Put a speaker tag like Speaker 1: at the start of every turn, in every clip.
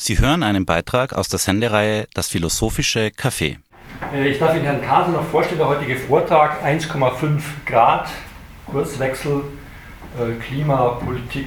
Speaker 1: Sie hören einen Beitrag aus der Sendereihe Das Philosophische Café.
Speaker 2: Ich darf Ihnen Herrn Kaser noch vorstellen, der heutige Vortrag 1,5 Grad, Kurswechsel, Klimawandel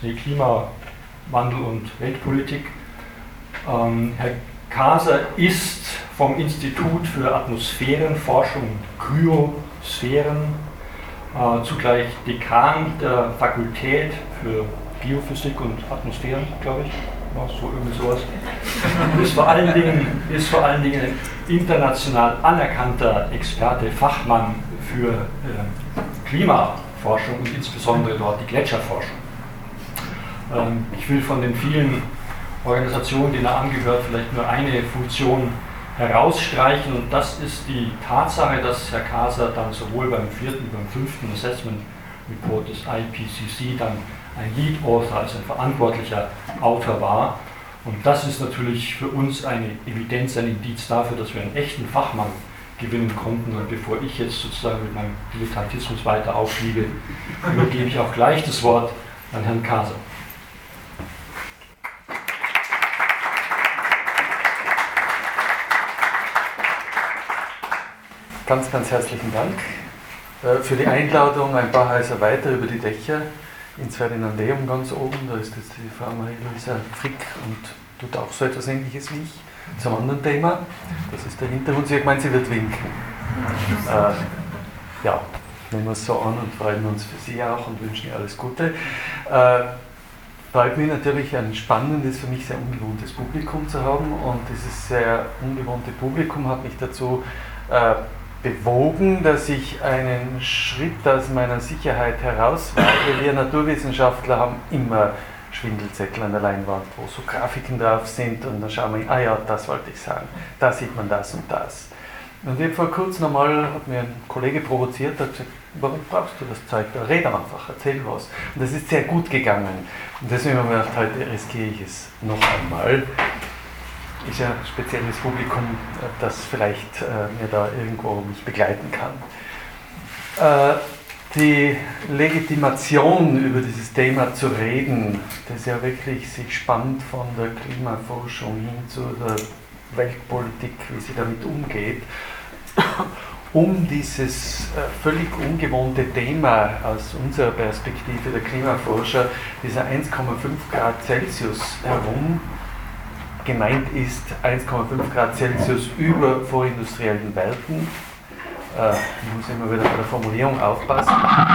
Speaker 2: und Weltpolitik. Herr Kaser ist vom Institut für Atmosphärenforschung, Kryosphären, zugleich Dekan der Fakultät für Geophysik und Atmosphären, glaube ich. So irgendwie sowas. Ist vor allen Dingen ein international anerkannter Experte, Fachmann für Klimaforschung und insbesondere dort die Gletscherforschung. Ich will von den vielen Organisationen, denen er angehört, vielleicht nur eine Funktion herausstreichen, und das ist die Tatsache, dass Herr Kaser dann sowohl beim 4. wie beim 5. Assessment Report des IPCC dann ein Lead Author, also ein verantwortlicher Autor war. Und das ist natürlich für uns eine Evidenz, ein Indiz dafür, dass wir einen echten Fachmann gewinnen konnten. Und bevor ich jetzt sozusagen mit meinem Dilettantismus weiter aufliege, übergebe ich auch gleich das Wort an Herrn Kaser.
Speaker 3: Ganz, ganz herzlichen Dank für die Einladung, ein paar Häuser weiter über die Dächer ins Ferdinandeum ganz oben. Da ist jetzt die Frau Marie-Louisa Frick und tut auch so etwas Ähnliches wie ich, zum anderen Thema. Das ist der Hintergrund. Sie hat gemeint, sie wird winken. Ja, nehmen wir es so an und freuen uns für Sie auch und wünschen ihr alles Gute. Freut mich natürlich, ein spannendes, für mich sehr ungewohntes Publikum zu haben, und dieses sehr ungewohnte Publikum hat mich dazu bewogen, dass ich einen Schritt aus meiner Sicherheit herauswage. Wir Naturwissenschaftler haben immer Schwindelzettel an der Leinwand, wo so Grafiken drauf sind, und dann schauen wir, ja, das wollte ich sagen, da sieht man das und das. Und ich vor kurzem einmal hat mir ein Kollege provoziert, hat gesagt, warum brauchst du das Zeug? Red einfach, erzähl was. Und das ist sehr gut gegangen. Und deswegen habe ich gedacht, heute riskiere ich es noch einmal. Ist ja ein spezielles Publikum, das vielleicht mir da irgendwo mich begleiten kann. Die Legitimation, über dieses Thema zu reden, das ja wirklich sich spannt von der Klimaforschung hin zu der Weltpolitik, wie sie damit umgeht, um dieses völlig ungewohnte Thema aus unserer Perspektive der Klimaforscher, dieser 1,5 Grad Celsius herum. Gemeint ist 1,5 Grad Celsius über vorindustriellen Werten. Ich muss immer wieder bei der Formulierung aufpassen.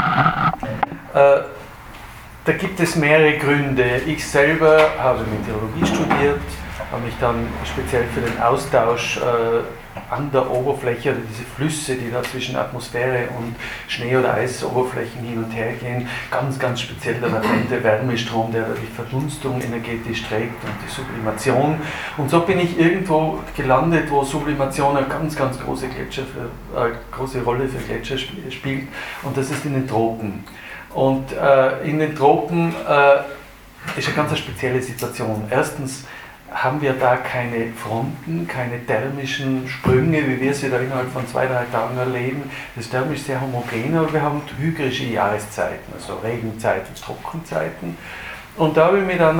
Speaker 3: Da gibt es mehrere Gründe. Ich selber habe Meteorologie studiert, habe mich dann speziell für den Austausch an der Oberfläche, oder diese Flüsse, die da zwischen Atmosphäre und Schnee- oder Eisoberflächen hin und her gehen, ganz, ganz speziell der latente Wärmestrom, der die Verdunstung energetisch trägt, und die Sublimation. Und so bin ich irgendwo gelandet, wo Sublimation eine ganz, ganz große Rolle für Gletscher spielt, und das ist in den Tropen. Und in den Tropen ist eine ganz spezielle Situation. Erstens haben wir da keine Fronten, keine thermischen Sprünge, wie wir sie da innerhalb von 2-3 Tagen erleben. Das ist thermisch sehr homogen, aber wir haben hygrische Jahreszeiten, also Regenzeit und Trockenzeiten. Und da habe ich mich dann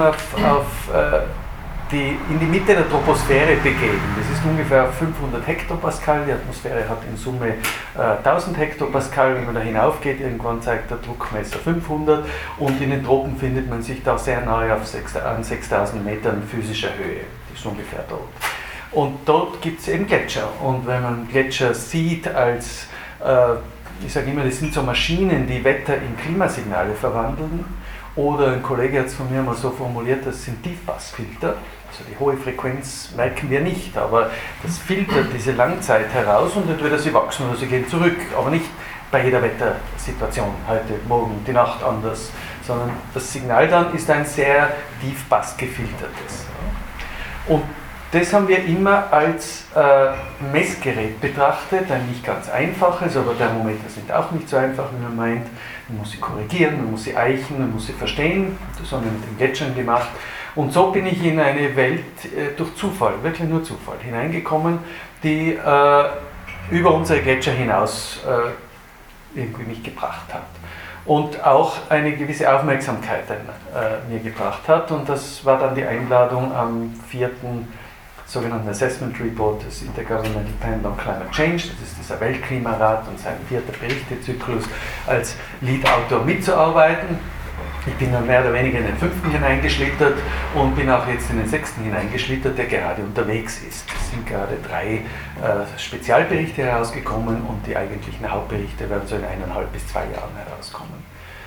Speaker 3: in die Mitte der Troposphäre begeben. Das ist ungefähr 500 Hektopascal, die Atmosphäre hat in Summe 1000 Hektopascal. Wenn man da hinaufgeht, irgendwann zeigt der Druckmesser 500, und in den Tropen findet man sich da sehr nahe an 6000 Metern physischer Höhe. Das ist ungefähr dort. Und dort gibt es eben Gletscher. Und wenn man Gletscher sieht als, ich sage immer, das sind so Maschinen, die Wetter in Klimasignale verwandeln, oder ein Kollege hat es von mir mal so formuliert, das sind Tiefpassfilter. Also die hohe Frequenz merken wir nicht, aber das filtert diese Langzeit heraus, und entweder sie wachsen oder sie gehen zurück, aber nicht bei jeder Wettersituation, heute, morgen, die Nacht anders, sondern das Signal dann ist ein sehr Tiefpass gefiltertes. Und das haben wir immer als Messgerät betrachtet, ein nicht ganz einfaches, aber Thermometer sind auch nicht so einfach, wie man meint. Man muss sie korrigieren, man muss sie eichen, man muss sie verstehen. Das haben wir mit den Gletschern gemacht. Und so bin ich in eine Welt durch Zufall, wirklich nur Zufall, hineingekommen, die über unsere Gletscher hinaus irgendwie mich gebracht hat. und auch eine gewisse Aufmerksamkeit mir gebracht hat. Und das war dann die Einladung am 4. sogenannten Assessment Report des Intergovernmental Panel on Climate Change, das ist dieser Weltklimarat und sein 4. Berichtezyklus, als Lead-Autor mitzuarbeiten. Ich bin dann mehr oder weniger in den 5. hineingeschlittert und bin auch jetzt in den 6. hineingeschlittert, der gerade unterwegs ist. Es sind gerade 3 Spezialberichte herausgekommen und die eigentlichen Hauptberichte werden so in 1,5 bis 2 Jahren herauskommen.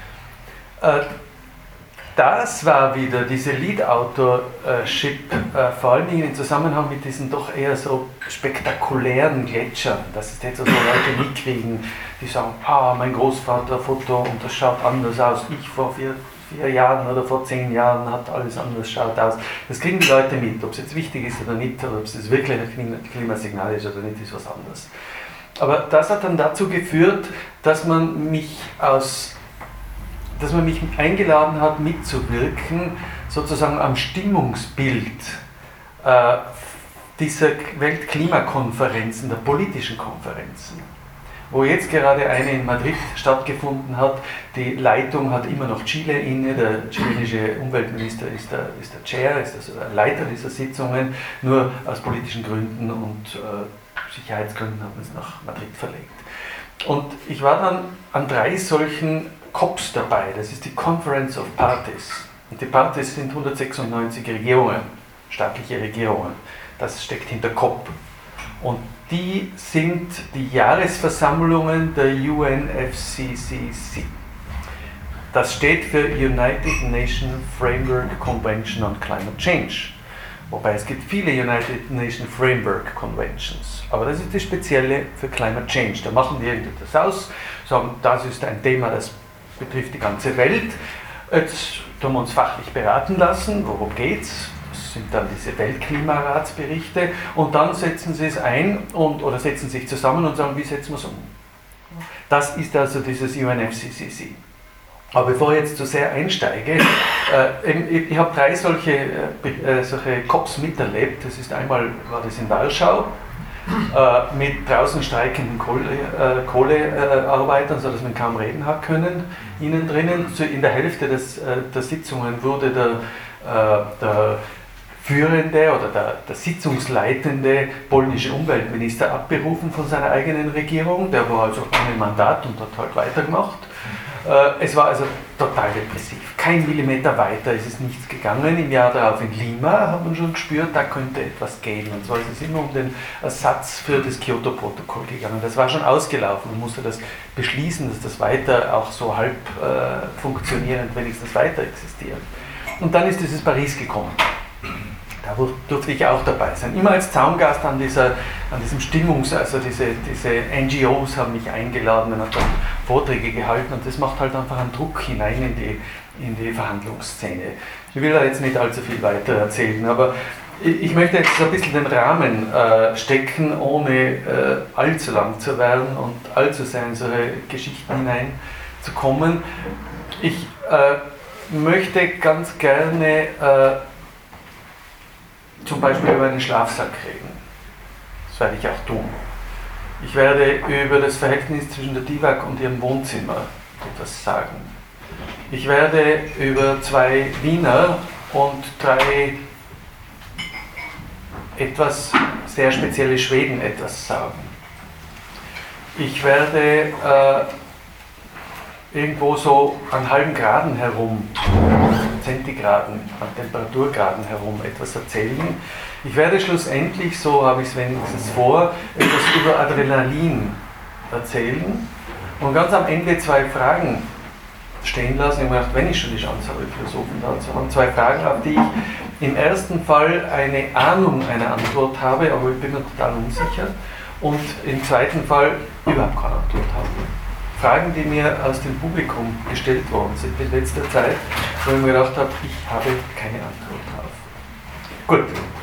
Speaker 3: Das war wieder diese Lead-Authorship, vor allem in Zusammenhang mit diesen doch eher so spektakulären Gletschern, dass es jetzt so Leute mitkriegen, die sagen, mein Großvater-Foto und das schaut anders aus, ich vor 4 Jahren oder vor 10 Jahren hat alles anders schaut aus. Das kriegen die Leute mit, ob es jetzt wichtig ist oder nicht, oder ob es jetzt wirklich ein Klimasignal ist oder nicht, ist was anderes. Aber das hat dann dazu geführt, dass man mich eingeladen hat, mitzuwirken, sozusagen am Stimmungsbild dieser Weltklimakonferenzen, der politischen Konferenzen, wo jetzt gerade eine in Madrid stattgefunden hat. Die Leitung hat immer noch Chile inne, der chilenische Umweltminister ist der Chair, ist also der Leiter dieser Sitzungen, nur aus politischen Gründen und Sicherheitsgründen hat man es nach Madrid verlegt. Und ich war dann an 3 solchen COPs dabei, das ist die Conference of Parties. Und die Parties sind 196 Regierungen, staatliche Regierungen. Das steckt hinter COP. Und die sind die Jahresversammlungen der UNFCCC. Das steht für United Nations Framework Convention on Climate Change. Wobei es gibt viele United Nations Framework Conventions. Aber das ist die spezielle für Climate Change. Da machen die irgendetwas aus, sagen, das ist ein Thema, das betrifft die ganze Welt. Jetzt tun wir uns fachlich beraten lassen, worum geht's? Das sind dann diese Weltklimaratsberichte und dann setzen sie es ein oder setzen sich zusammen und sagen, wie setzen wir es um? Das ist also dieses UNFCCC. Aber bevor ich jetzt zu sehr einsteige, ich habe 3 solche COPs miterlebt. Das ist einmal, war das in Warschau, mit draußen streikenden Kohlearbeitern, sodass man kaum reden hat können, innen drinnen. In der Hälfte der Sitzungen wurde der führende oder der sitzungsleitende polnische Umweltminister abberufen von seiner eigenen Regierung. Der war also ohne Mandat und hat halt weitergemacht. Es war also total depressiv. Kein Millimeter weiter ist es nichts gegangen. Im Jahr darauf in Lima hat man schon gespürt, da könnte etwas gehen. Und zwar ist es immer um den Ersatz für das Kyoto-Protokoll gegangen. Das war schon ausgelaufen. Man musste das beschließen, dass das weiter auch so halb funktionierend wenigstens weiter existiert. Und dann ist dieses Paris gekommen. Da durfte ich auch dabei sein. Immer als Zaungast an diesem also diese NGOs haben mich eingeladen, man hat dann Vorträge gehalten und das macht halt einfach einen Druck hinein in die Verhandlungsszene. Ich will da jetzt nicht allzu viel weiter erzählen, aber ich möchte jetzt ein bisschen den Rahmen stecken, ohne allzu lang zu werden und allzu sehr in solche Geschichten hineinzukommen. Ich möchte ganz gerne zum Beispiel über einen Schlafsack reden. Das werde ich auch tun. Ich werde über das Verhältnis zwischen der DIVAG und ihrem Wohnzimmer etwas sagen. Ich werde über 2 Wiener und 3 etwas sehr spezielle Schweden etwas sagen. Ich werde irgendwo so an halben Graden herum, Zentigraden, an Temperaturgraden herum etwas erzählen. Ich werde schlussendlich, so habe ich es wenigstens vor, etwas über Adrenalin erzählen und ganz am Ende 2 Fragen stehen lassen. Ich habe gedacht, wenn ich schon die Chance habe, Philosophen da zu haben, 2 Fragen, auf die ich im ersten Fall eine Ahnung einer Antwort habe, aber ich bin mir total unsicher, und im zweiten Fall überhaupt keine Antwort habe. Fragen, die mir aus dem Publikum gestellt worden sind in letzter Zeit, wo ich mir gedacht habe, ich habe keine Antwort drauf.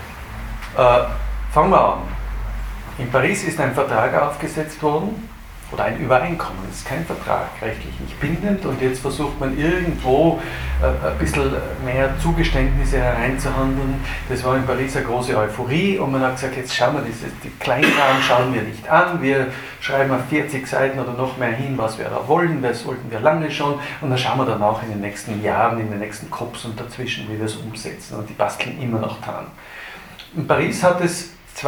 Speaker 3: Gut, fangen wir an. In Paris ist ein Vertrag aufgesetzt worden, oder ein Übereinkommen, das ist kein Vertrag, rechtlich nicht bindend, und jetzt versucht man irgendwo ein bisschen mehr Zugeständnisse hereinzuhandeln. Das war in Paris eine große Euphorie und man hat gesagt, jetzt schauen wir die Kleinkram schauen wir nicht an, wir schreiben auf 40 Seiten oder noch mehr hin, was wir da wollen, das wollten wir lange schon, und dann schauen wir danach in den nächsten Jahren, in den nächsten COPs und dazwischen, wie wir es umsetzen, und die basteln immer noch dran. In Paris hat es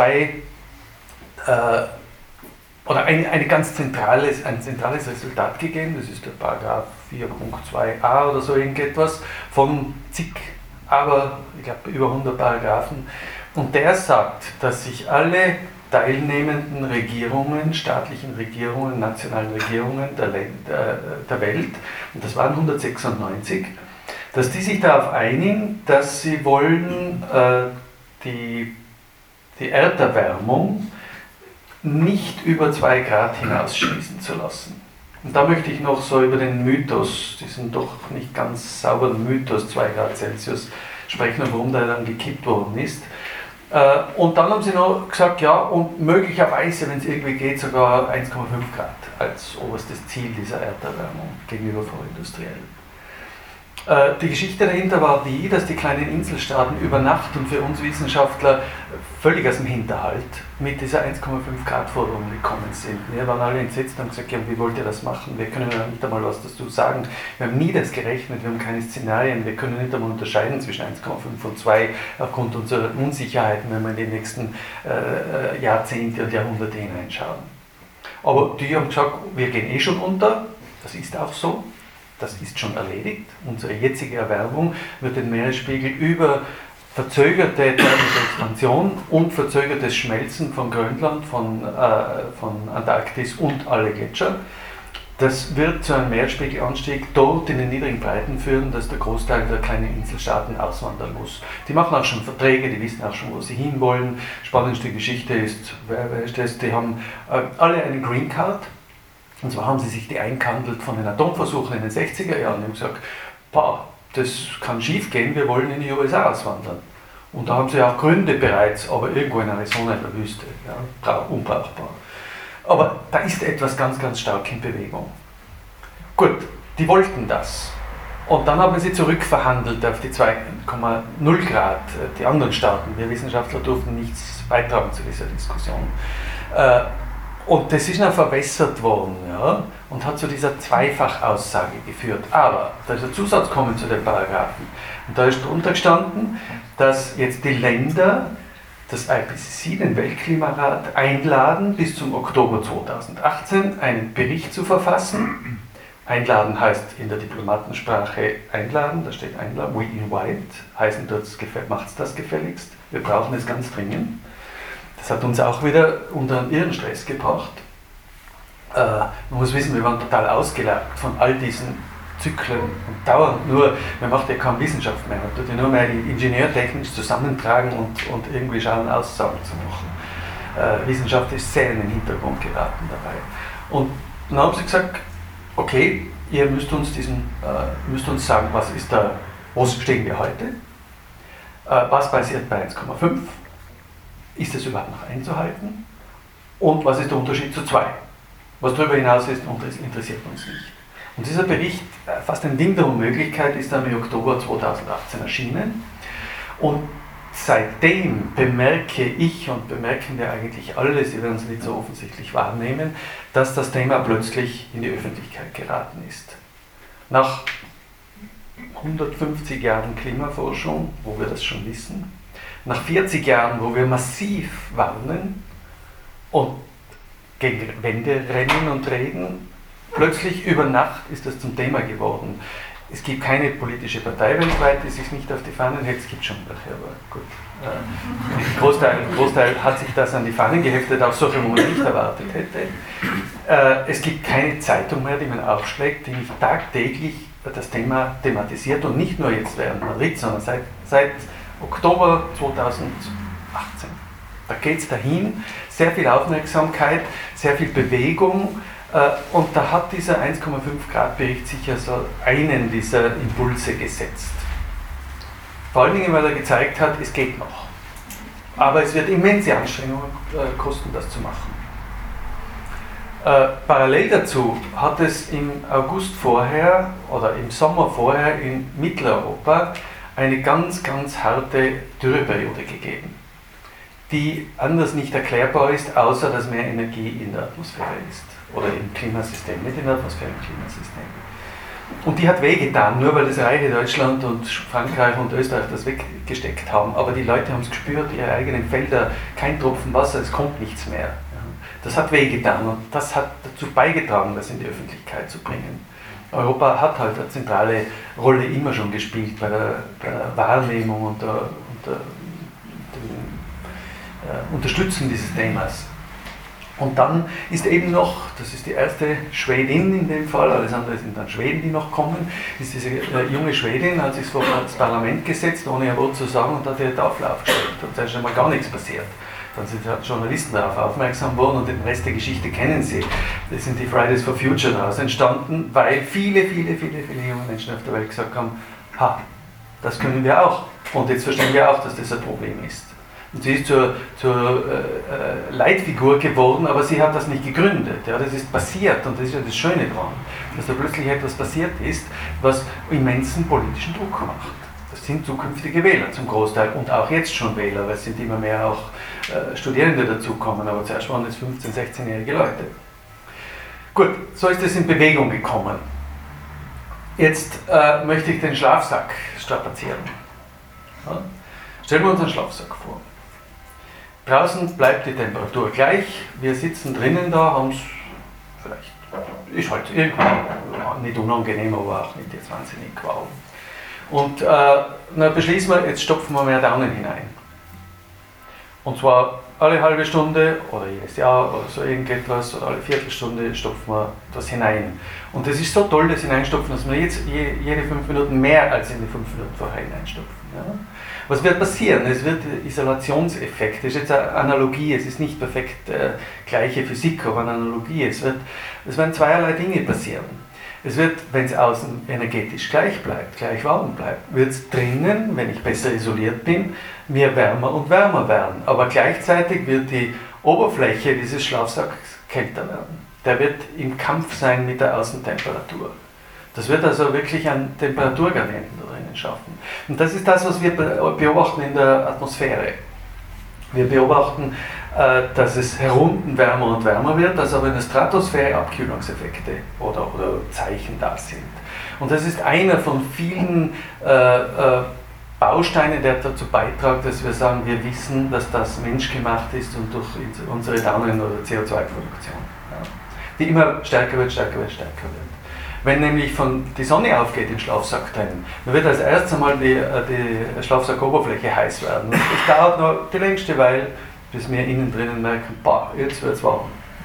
Speaker 3: ein zentrales Resultat gegeben, das ist der Paragraph 4.2a oder so irgendetwas, von zig, aber ich glaube über 100 Paragraphen. Und der sagt, dass sich alle teilnehmenden Regierungen, staatlichen Regierungen, nationalen Regierungen der Welt, und das waren 196, dass die sich darauf einigen, dass sie wollen die Erderwärmung nicht über 2 Grad hinausschießen zu lassen. Und da möchte ich noch so über den Mythos, diesen doch nicht ganz sauberen Mythos 2 Grad Celsius sprechen und warum der dann gekippt worden ist. Und dann haben sie noch gesagt, ja, und möglicherweise, wenn es irgendwie geht, sogar 1,5 Grad als oberstes Ziel dieser Erderwärmung gegenüber vorindustriell. Die Geschichte dahinter war die, dass die kleinen Inselstaaten über Nacht und für uns Wissenschaftler völlig aus dem Hinterhalt mit dieser 1,5 Grad Forderung gekommen sind. Wir waren alle entsetzt und haben gesagt, ja, wie wollt ihr das machen? Wir können ja nicht einmal was dazu sagen. Wir haben nie das gerechnet, wir haben keine Szenarien, wir können nicht einmal unterscheiden zwischen 1,5 und 2 aufgrund unserer Unsicherheiten, wenn wir in die nächsten Jahrzehnte und Jahrhunderte hineinschauen. Aber die haben gesagt, wir gehen eh schon unter, das ist auch so. Das ist schon erledigt. Unsere jetzige Erwärmung wird den Meeresspiegel über verzögerte thermische Expansion und verzögertes Schmelzen von Grönland, von Antarktis und alle Gletscher. Das wird zu einem Meeresspiegelanstieg dort in den niedrigen Breiten führen, dass der Großteil der kleinen Inselstaaten auswandern muss. Die machen auch schon Verträge, die wissen auch schon, wo sie hinwollen. Spannendste Geschichte ist, wer ist das? Die haben alle eine Green Card. Und zwar haben sie sich die eingehandelt von den Atomversuchen in den 60er Jahren und haben gesagt, das kann schief gehen, wir wollen in die USA auswandern. Und da haben sie auch Gründe bereits, aber irgendwo in Arizona in der Wüste, ja, unbrauchbar. Aber da ist etwas ganz, ganz stark in Bewegung. Gut, die wollten das. Und dann haben sie zurückverhandelt auf die 2,0 Grad. Die anderen Staaten, wir Wissenschaftler durften nichts beitragen zu dieser Diskussion. Und das ist dann verwässert worden, ja, und hat zu dieser Zweifachaussage geführt. Aber da ist ein Zusatz gekommen zu den Paragraphen. Und da ist drunter gestanden, dass jetzt die Länder das IPCC, den Weltklimarat, einladen, bis zum Oktober 2018 einen Bericht zu verfassen. Einladen heißt in der Diplomatensprache einladen, da steht einladen, we invite, heißen das, macht's das gefälligst, wir brauchen es ganz dringend. Das hat uns auch wieder unter einen irren Stress gebracht. Man muss wissen, wir waren total ausgelaugt von all diesen Zyklen und dauernd nur, man macht ja kaum Wissenschaft mehr, man tut ja nur mehr ingenieurtechnisch zusammentragen und irgendwie schauen, Aussagen zu machen. Wissenschaft ist sehr in den Hintergrund geraten dabei. Und dann haben sie gesagt, okay, ihr müsst uns sagen, wo stehen wir heute, was passiert bei 1,5, ist das überhaupt noch einzuhalten und was ist der Unterschied zu 2? Was darüber hinaus ist, interessiert uns nicht. Und dieser Bericht, fast ein Ding der Unmöglichkeit, ist dann im Oktober 2018 erschienen. Und seitdem bemerke ich und bemerken wir eigentlich alle, Sie werden es nicht so offensichtlich wahrnehmen, dass das Thema plötzlich in die Öffentlichkeit geraten ist. Nach 150 Jahren Klimaforschung, wo wir das schon wissen, nach 40 Jahren, wo wir massiv warnen und gegen Wände rennen und reden, plötzlich über Nacht ist das zum Thema geworden. Es gibt keine politische Partei weltweit, die sich nicht auf die Fahnen hält. Es gibt schon welche, aber gut. Großteil hat sich das an die Fahnen geheftet, auch solche, wo man nicht erwartet hätte. Es gibt keine Zeitung mehr, die man aufschlägt, die nicht tagtäglich das Thema thematisiert und nicht nur jetzt während Madrid, sondern seit Oktober 2018. Da geht es dahin, sehr viel Aufmerksamkeit, sehr viel Bewegung und da hat dieser 1,5 Grad Bericht sicher so einen dieser Impulse gesetzt. Vor allen Dingen, weil er gezeigt hat, es geht noch. Aber es wird immense Anstrengungen kosten, das zu machen. Parallel dazu hat es im August vorher oder im Sommer vorher in Mitteleuropa eine ganz, ganz harte Dürreperiode gegeben, die anders nicht erklärbar ist, außer dass mehr Energie in der Atmosphäre ist oder im Klimasystem, nicht in der Atmosphäre, im Klimasystem. Und die hat wehgetan, nur weil das reiche Deutschland und Frankreich und Österreich das weggesteckt haben. Aber die Leute haben es gespürt, ihre eigenen Felder, kein Tropfen Wasser, es kommt nichts mehr. Das hat wehgetan und das hat dazu beigetragen, das in die Öffentlichkeit zu bringen. Europa hat halt eine zentrale Rolle immer schon gespielt bei der Wahrnehmung und dem Unterstützen dieses Themas. Und dann ist eben noch, das ist die erste Schwedin in dem Fall, alles andere sind dann Schweden, die noch kommen, ist diese junge Schwedin, hat sich vor das Parlament gesetzt, ohne ein Wort zu sagen, und hat ihre Tafel aufgestellt. Und da ist schon mal gar nichts passiert. Dann sind Journalisten darauf aufmerksam worden und den Rest der Geschichte kennen Sie. Das sind die Fridays for Future daraus entstanden, weil viele junge Menschen auf der Welt gesagt haben, ha, das können wir auch. Und jetzt verstehen wir auch, dass das ein Problem ist. Und sie ist zur Leitfigur geworden, aber sie hat das nicht gegründet. Ja, das ist passiert und das ist ja das Schöne daran, dass da plötzlich etwas passiert ist, was immensen politischen Druck macht. Das sind zukünftige Wähler zum Großteil und auch jetzt schon Wähler, weil es sind immer mehr auch Studierende dazukommen, aber zuerst waren es 15-, 16-jährige Leute. Gut, so ist es in Bewegung gekommen. Jetzt möchte ich den Schlafsack strapazieren. Ja? Stellen wir uns einen Schlafsack vor. Draußen bleibt die Temperatur gleich, wir sitzen drinnen da, haben es vielleicht, ist halt irgendwie nicht unangenehm, aber auch nicht jetzt wahnsinnig wow. Und dann beschließen wir, jetzt stopfen wir mehr Daunen hinein. Und zwar alle halbe Stunde oder jedes Jahr oder so irgendetwas oder alle Viertelstunde stopfen wir das hinein. Und das ist so toll, das hineinstopfen, dass wir jetzt jede 5 Minuten mehr als in die 5 Minuten vorher hineinstopfen. Ja? Was wird passieren? Es wird Isolationseffekt. Das ist jetzt eine Analogie, es ist nicht perfekt gleiche Physik, aber eine Analogie. Es werden zweierlei Dinge passieren. Es wird, wenn es außen energetisch gleich bleibt, gleich warm bleibt, wird es drinnen, wenn ich besser isoliert bin, mir wärmer und wärmer werden. Aber gleichzeitig wird die Oberfläche dieses Schlafsacks kälter werden. Der wird im Kampf sein mit der Außentemperatur. Das wird also wirklich einen Temperaturgradienten da drinnen schaffen. Und das ist das, was wir beobachten in der Atmosphäre. Wir beobachten, dass es herunten wärmer und wärmer wird, dass aber in der Stratosphäre Abkühlungseffekte oder Zeichen da sind. Und das ist einer von vielen Bausteinen, der dazu beiträgt, dass wir sagen, wir wissen, dass das menschgemacht ist und durch unsere Daunen- oder CO2-Produktion, ja, die immer stärker wird. Wenn nämlich die Sonne aufgeht im Schlafsack drinnen, dann wird als erstes einmal die Schlafsackoberfläche heiß werden. Und es dauert noch die längste Weile, bis wir innen drinnen merken, boah, jetzt wird es warm.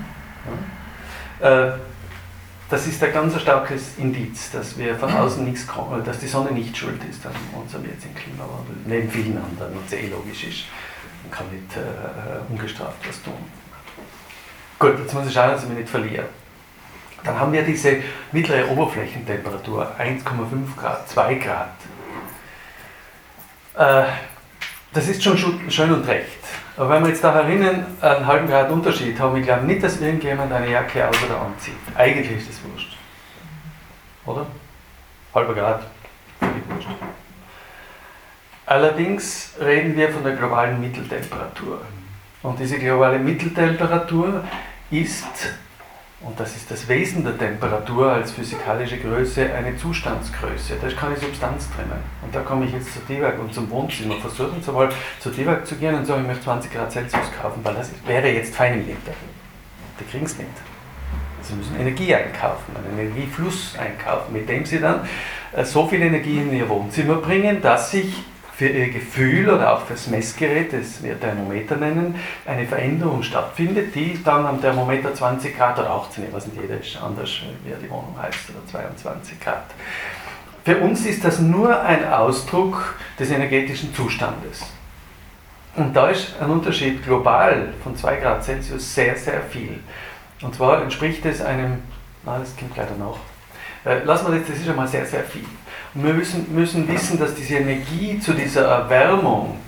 Speaker 3: Ja? Das ist ein ganz starkes Indiz, dass wir von außen nichts kommen, dass die Sonne nicht schuld ist an unserem jetzigen Klimawandel, neben vielen anderen, und es eh logisch ist. Man kann nicht ungestraft was tun. Gut, jetzt muss ich schauen, dass ich mich nicht verliere. Dann haben wir diese mittlere Oberflächentemperatur, 1,5 Grad, 2 Grad. Das ist schon schön und recht. Aber wenn wir jetzt da herinnen einen halben Grad Unterschied haben, ich glaube nicht, dass irgendjemand eine Jacke aus- oder anzieht. Eigentlich ist das wurscht. Oder? Halber Grad, völlig wurscht. Allerdings reden wir von der globalen Mitteltemperatur. Und diese globale Mitteltemperatur ist, und das ist das Wesen der Temperatur als physikalische Größe, eine Zustandsgröße. Da ist keine Substanz drinnen. Und da komme ich jetzt zu TIWAG und zum Wohnzimmer. Versuchen Sie mal zu TIWAG zu gehen und sagen, ich möchte 20 Grad Celsius kaufen, weil das wäre jetzt fein im Winter. Die kriegen es nicht. Sie müssen Energie einkaufen, einen Energiefluss einkaufen, mit dem Sie dann so viel Energie in Ihr Wohnzimmer bringen, dass sich für Ihr Gefühl oder auch fürs Messgerät, das wir Thermometer nennen, eine Veränderung stattfindet, die dann am Thermometer 20 Grad oder 18, ich weiß nicht, jeder ist anders, wie die Wohnung heißt, oder 22 Grad. Für uns ist das nur ein Ausdruck des energetischen Zustandes. Und da ist ein Unterschied global von 2 Grad Celsius sehr, sehr viel. Und zwar entspricht es einem, das kommt leider noch, lassen wir das ist schon mal sehr, sehr viel. Und wir müssen wissen, dass diese Energie zu dieser Erwärmung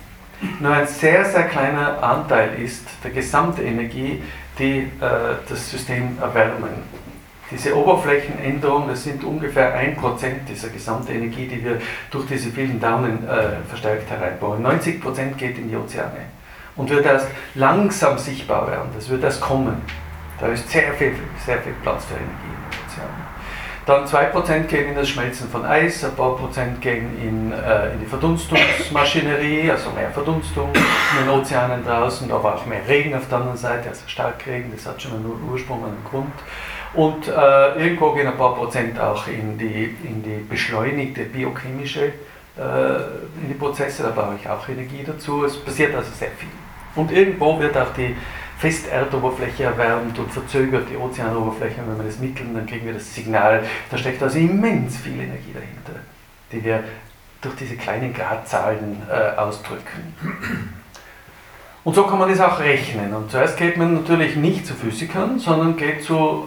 Speaker 3: nur ein sehr, sehr kleiner Anteil ist der Gesamtenergie, die das System erwärmen. Diese Oberflächenänderung, das sind ungefähr 1% dieser Gesamtenergie, die wir durch diese vielen Daumen verstärkt hereinbauen. 90% geht in die Ozeane und wird erst langsam sichtbar werden. Das wird erst kommen. Da ist sehr viel Platz für Energie in den Ozeanen. Dann 2% gehen in das Schmelzen von Eis, ein paar Prozent gehen in die Verdunstungsmaschinerie, also mehr Verdunstung in den Ozeanen draußen, aber auch mehr Regen auf der anderen Seite, also Starkregen, das hat schon einen Ursprung, einen Grund. Und irgendwo gehen ein paar Prozent auch in die beschleunigte biochemische, in die Prozesse, da brauche ich auch Energie dazu. Es passiert also sehr viel. Und irgendwo wird auch die Festerdoberfläche erwärmt und verzögert die Ozeanoberfläche. Und wenn wir das mitteln, dann kriegen wir das Signal. Da steckt also immens viel Energie dahinter, die wir durch diese kleinen Gradzahlen ausdrücken. Und so kann man das auch rechnen. Und zuerst geht man natürlich nicht zu Physikern, sondern geht zu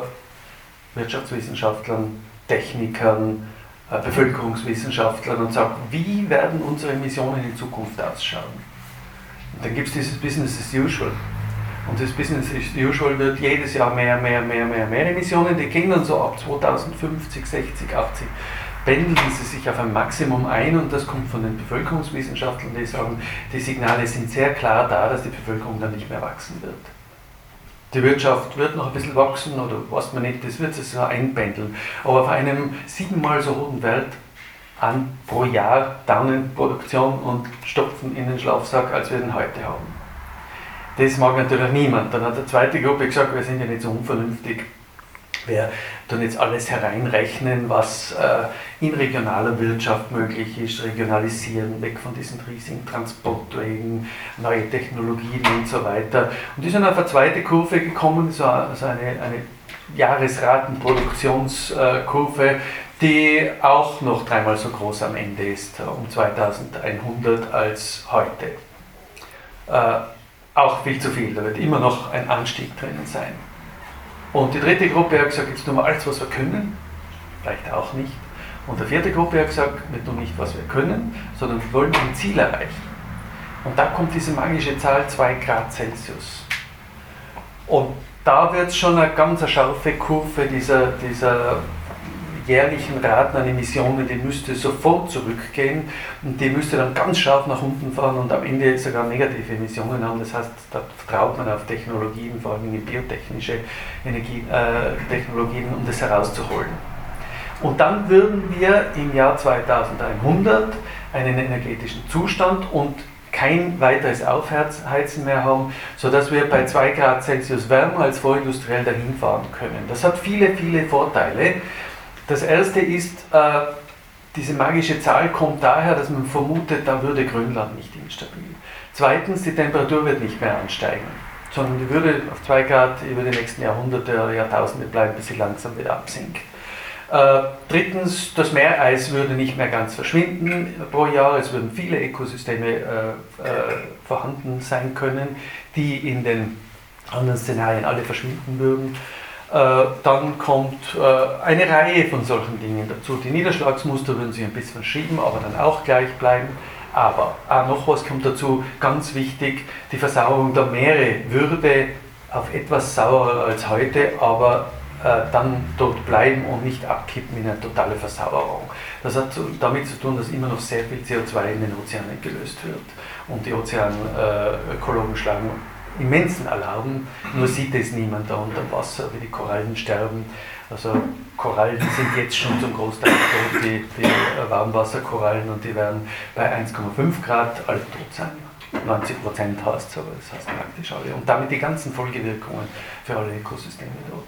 Speaker 3: Wirtschaftswissenschaftlern, Technikern, Bevölkerungswissenschaftlern und sagt, wie werden unsere Emissionen in Zukunft ausschauen? Und dann gibt es dieses Business as usual. Und das Business as usual wird jedes Jahr mehr Emissionen. Die gehen dann so ab 2050, 60, 80. Pendeln sie sich auf ein Maximum ein und das kommt von den Bevölkerungswissenschaftlern, die sagen, die Signale sind sehr klar da, dass die Bevölkerung dann nicht mehr wachsen wird. Die Wirtschaft wird noch ein bisschen wachsen oder was man nicht, das wird sich so einpendeln. Aber auf einem 7-mal so hohen Wert an pro Jahr Daunenproduktion und Stopfen in den Schlafsack, als wir den heute haben. Das mag natürlich niemand. Dann hat eine zweite Gruppe gesagt, wir sind ja nicht so unvernünftig. Wir tun jetzt alles hereinrechnen, was in regionaler Wirtschaft möglich ist, regionalisieren, weg von diesen riesigen Transportwegen, neue Technologien und so weiter. Und die sind auf eine zweite Kurve gekommen, so eine Jahresratenproduktionskurve, die auch noch 3-mal so groß am Ende ist, um 2100 als heute. Auch viel zu viel, da wird immer noch ein Anstieg drinnen sein. Und die dritte Gruppe hat gesagt, jetzt tun wir alles, was wir können, reicht auch nicht. Und die vierte Gruppe hat gesagt, wir tun nicht, was wir können, sondern wir wollen ein Ziel erreichen. Und da kommt diese magische Zahl 2 Grad Celsius. Und da wird es schon eine ganz scharfe Kurve dieser jährlichen Raten an Emissionen, die müsste sofort zurückgehen und die müsste dann ganz scharf nach unten fahren und am Ende sogar negative Emissionen haben. Das heißt, da vertraut man auf Technologien, vor allem in biotechnische Technologien, um das herauszuholen. Und dann würden wir im Jahr 2100 einen energetischen Zustand und kein weiteres Aufheizen mehr haben, sodass wir bei 2 Grad Celsius wärmer als vorindustriell dahin fahren können. Das hat viele Vorteile. Das erste ist, diese magische Zahl kommt daher, dass man vermutet, da würde Grönland nicht instabil. Zweitens, die Temperatur wird nicht mehr ansteigen, sondern die würde auf 2 Grad über die nächsten Jahrhunderte oder Jahrtausende bleiben, bis sie langsam wieder absinkt. Drittens, das Meereis würde nicht mehr ganz verschwinden pro Jahr, es würden viele Ökosysteme vorhanden sein können, die in den anderen Szenarien alle verschwinden würden. Dann kommt eine Reihe von solchen Dingen dazu. Die Niederschlagsmuster würden sich ein bisschen verschieben, aber dann auch gleich bleiben. Aber noch was kommt dazu, ganz wichtig, die Versauerung der Meere würde auf etwas saurer als heute, aber dann dort bleiben und nicht abkippen in eine totale Versauerung. Das hat damit zu tun, dass immer noch sehr viel CO2 in den Ozeanen gelöst wird. Und die Ozeanökologen schlagen immensen Alarm, nur sieht es niemand da unter dem Wasser, wie die Korallen sterben. Also Korallen sind jetzt schon zum Großteil tot, die Warmwasserkorallen, und die werden bei 1,5 Grad alle tot sein. 90% heißt es, aber das heißt praktisch alle. Und damit die ganzen Folgewirkungen für alle Ökosysteme dort.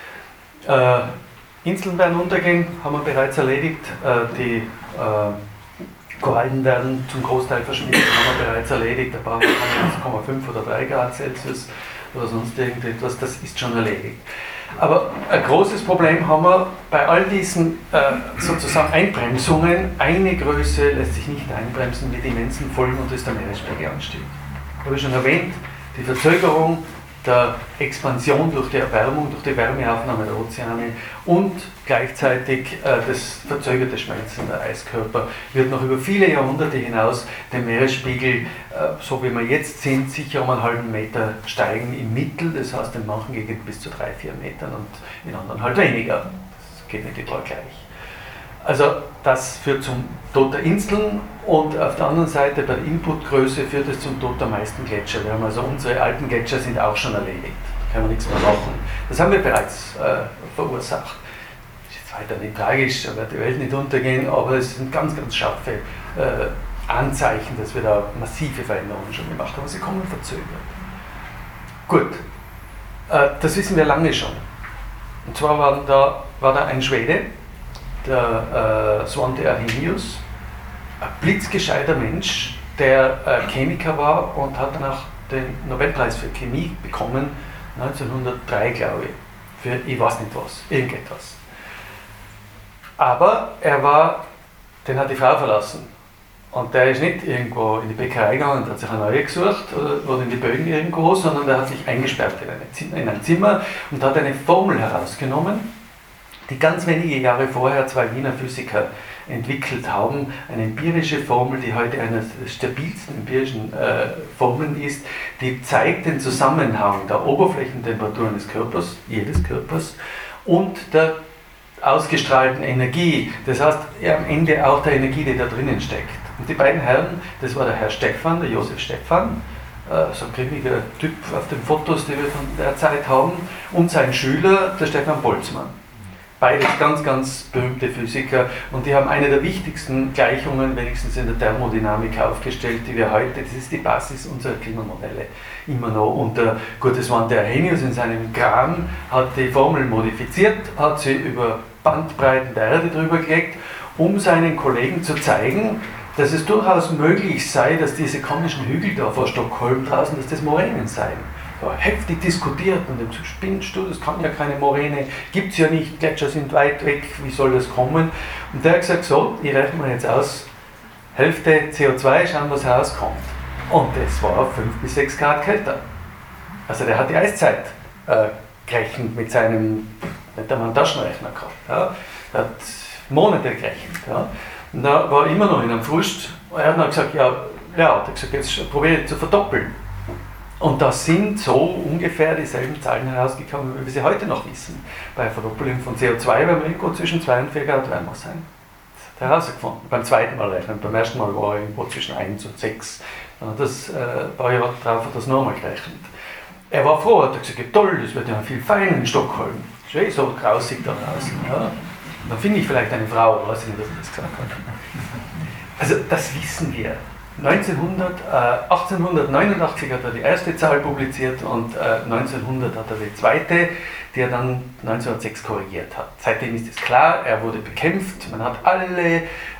Speaker 3: Inseln werden untergehen, haben wir bereits erledigt. Die Korallen werden zum Großteil verschwinden, haben wir bereits erledigt. Da brauchen wir 1,5 oder 3 Grad Celsius oder sonst irgendetwas, das ist schon erledigt. Aber ein großes Problem haben wir bei all diesen sozusagen Einbremsungen. Eine Größe lässt sich nicht einbremsen mit immensen Folgen, und das ist der Meeresspiegelanstieg. Habe ich schon erwähnt, die Verzögerung der Expansion durch die Erwärmung, durch die Wärmeaufnahme der Ozeane und gleichzeitig das verzögerte Schmelzen der Eiskörper wird noch über viele Jahrhunderte hinaus den Meeresspiegel, so wie wir jetzt sind, sicher um einen halben Meter steigen im Mittel, das heißt in manchen Gegenden bis zu 3-4 Metern und in anderen halt weniger. Das geht nicht überall gleich. Also das führt zum Tod der Inseln und auf der anderen Seite bei der Inputgröße führt es zum Tod der meisten Gletscher. Wir haben also unsere alten Gletscher sind auch schon erledigt, da kann man nichts mehr machen. Das haben wir bereits verursacht. Das ist jetzt weiter nicht tragisch, da wird die Welt nicht untergehen, aber es sind ganz, ganz scharfe Anzeichen, dass wir da massive Veränderungen schon gemacht haben. Sie kommen verzögert. Gut, das wissen wir lange schon. Und zwar war da ein Schwede, der Svante Arrhenius, ein blitzgescheiter Mensch, der Chemiker war und hat danach den Nobelpreis für Chemie bekommen, 1903 glaube ich, für ich weiß nicht was, irgendetwas. Aber den hat die Frau verlassen und der ist nicht irgendwo in die Bäckerei gegangen und hat sich eine neue gesucht oder in die Bögen irgendwo, sondern der hat sich eingesperrt in ein Zimmer und hat eine Formel herausgenommen, die ganz wenige Jahre vorher zwei Wiener Physiker entwickelt haben. Eine empirische Formel, die heute eine der stabilsten empirischen Formeln ist, die zeigt den Zusammenhang der Oberflächentemperaturen des Körpers, jedes Körpers, und der ausgestrahlten Energie. Das heißt, am Ende auch der Energie, die da drinnen steckt. Und die beiden Herren, das war der Herr Stephan, der Josef Stephan, so ein grimmiger Typ auf den Fotos, die wir von der Zeit haben, und sein Schüler, der Stefan Boltzmann. Beides ganz, ganz berühmte Physiker und die haben eine der wichtigsten Gleichungen, wenigstens in der Thermodynamik, aufgestellt, die wir heute, das ist die Basis unserer Klimamodelle, immer noch. Und das war der Arrhenius in seinem Kram, hat die Formel modifiziert, hat sie über Bandbreiten der Erde drüber gelegt, um seinen Kollegen zu zeigen, dass es durchaus möglich sei, dass diese komischen Hügel da vor Stockholm draußen, dass das Moränen seien. So, heftig diskutiert und dem spinnst du, das kann ja keine Moräne, gibt es ja nicht, Gletscher sind weit weg, wie soll das kommen? Und der hat gesagt, so, ich rechne mir jetzt aus, Hälfte CO2, schauen, was herauskommt. Und das war 5 bis 6 Grad kälter. Also der hat die Eiszeit gerechnet mit seinem, nicht einmal einen Taschenrechner gehabt. Ja. Der hat Monate gerechnet. Ja. Und da war er immer noch in einem Frust. Und er hat dann gesagt, hat er gesagt, jetzt probiere ich zu verdoppeln. Und da sind so ungefähr dieselben Zahlen herausgekommen, wie wir sie heute noch wissen. Bei Verdoppelung von CO2 werden wir irgendwo zwischen 2 und 4 Grad wärmer sein. Das hat er herausgefunden. Beim zweiten Mal rechnen. Beim ersten Mal war er irgendwo zwischen 1 und 6. Dann hat das, ein paar Jahre darauf hat das nochmal gerechnet. Er war froh, hat gesagt, toll, das wird ja viel feiner in Stockholm. Das ist so grausig da draußen. Ja. Dann finde ich vielleicht eine Frau, weiß ich nicht, ob er das gesagt hat. Also das wissen wir. 1889 hat er die erste Zahl publiziert und 1900 hat er die zweite, die er dann 1906 korrigiert hat. Seitdem ist es klar, er wurde bekämpft, man hat alle